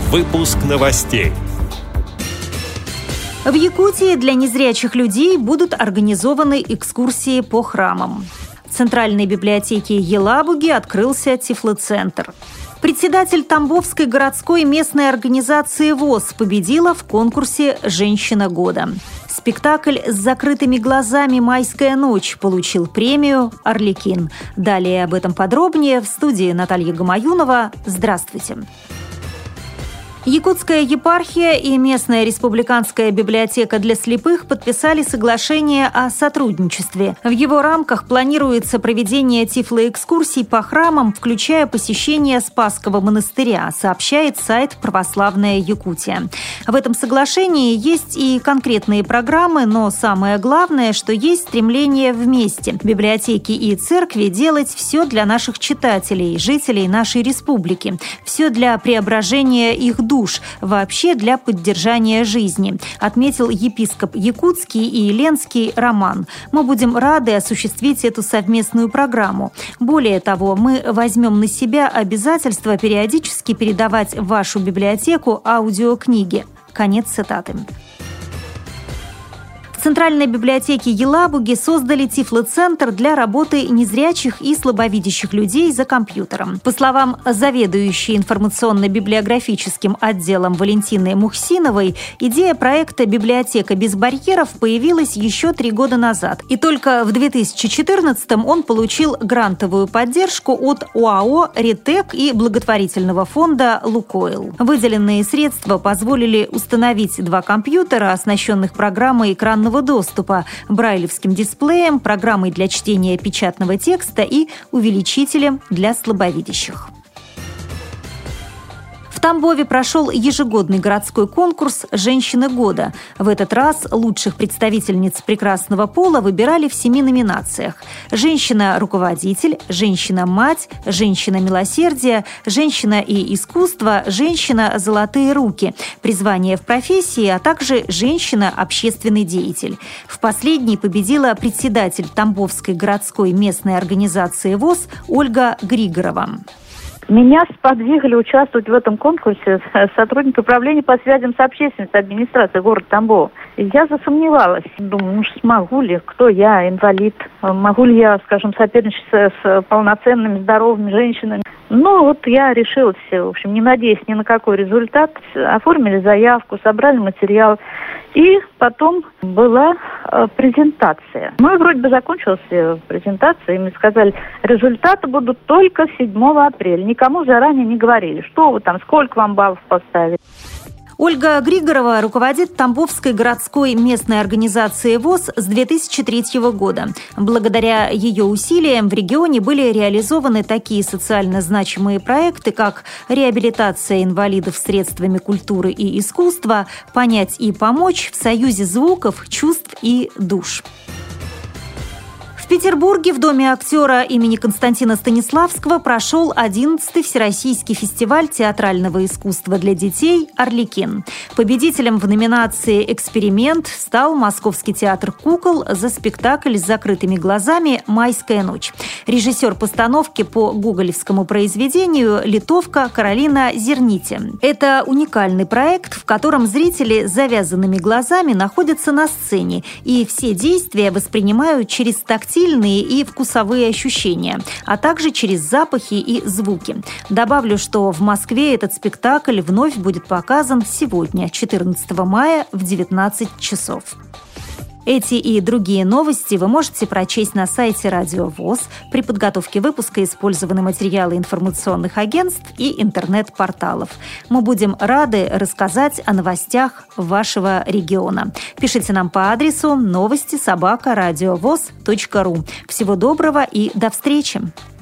Выпуск новостей. В Якутии для незрячих людей будут организованы экскурсии по храмам. В Центральной библиотеке Елабуги открылся Тифлоцентр. Председатель Тамбовской городской местной организации ВОС победила в конкурсе «Женщина года». Спектакль с закрытыми глазами «Майская ночь» получил премию «Арлекин». Далее об этом подробнее в студии Наталья Гамаюнова. Здравствуйте. Якутская епархия и местная республиканская библиотека для слепых подписали соглашение о сотрудничестве. В его рамках планируется проведение тифлоэкскурсий по храмам, включая посещение Спасского монастыря, сообщает сайт «Православная Якутия». В этом соглашении есть и конкретные программы, но самое главное, что есть стремление вместе библиотеки и церкви делать все для наших читателей, жителей нашей республики, все для преображения их душ, вообще для поддержания жизни, отметил епископ якутский и ленский Роман. Мы будем рады осуществить эту совместную программу. Более того, мы возьмем на себя обязательство периодически передавать в вашу библиотеку аудиокниги. Конец цитаты. В Центральной библиотеке Елабуги создали Тифлоцентр для работы незрячих и слабовидящих людей за компьютером. По словам заведующей информационно-библиографическим отделом Валентины Мухсиновой, идея проекта «Библиотека без барьеров» появилась еще 3 года назад. И только в 2014-м он получил грантовую поддержку от ОАО «Ретек» и благотворительного фонда «Лукойл». Выделенные средства позволили установить 2 компьютера, оснащенных программой экранного доступа, брайлевским дисплеем, программой для чтения печатного текста и увеличителем для слабовидящих. В Тамбове прошел ежегодный городской конкурс «Женщина года». В этот раз лучших представительниц прекрасного пола выбирали в 7 номинациях: «Женщина-руководитель», «Женщина-мать», «Женщина-милосердие», «Женщина и искусство», «Женщина-золотые руки», «Призвание в профессии», а также «Женщина-общественный деятель». В последней победила председатель Тамбовской городской местной организации ВОС Ольга Григорова. Меня сподвигли участвовать в этом конкурсе сотрудники управления по связям с общественностью администрации города Тамбова. Я засомневалась. Думаю, смогу ли, кто я, инвалид, могу ли я, соперничать с полноценными, здоровыми женщинами. Я решилась, в общем, не надеясь ни на какой результат. Оформили заявку, собрали материал. И потом была презентация. Вроде бы закончилась презентация, и мне сказали, результаты будут только 7 апреля. Никому заранее не говорили, что вы там, сколько вам баллов поставили. Ольга Григорова руководит Тамбовской городской местной организацией ВОС с 2003 года. Благодаря ее усилиям в регионе были реализованы такие социально значимые проекты, как реабилитация инвалидов средствами культуры и искусства, «Понять и помочь» в союзе звуков, чувств и душ. В Петербурге в Доме актера имени Константина Станиславского прошел 11-й Всероссийский фестиваль театрального искусства для детей «Арлекин». Победителем в номинации «Эксперимент» стал Московский театр кукол за спектакль с закрытыми глазами «Майская ночь». Режиссер постановки по гоголевскому произведению литовка Каролина Зерните. Это уникальный проект, в котором зрители с завязанными глазами находятся на сцене, и все действия воспринимают через тактильные и вкусовые ощущения, а также через запахи и звуки. Добавлю, что в Москве этот спектакль вновь будет показан сегодня, 14 мая в 19 часов. Эти и другие новости вы можете прочесть на сайте Радио ВОС. При подготовке выпуска использованы материалы информационных агентств и интернет-порталов. Мы будем рады рассказать о новостях вашего региона. Пишите нам по адресу новости@радиовос.ру. Всего доброго и до встречи!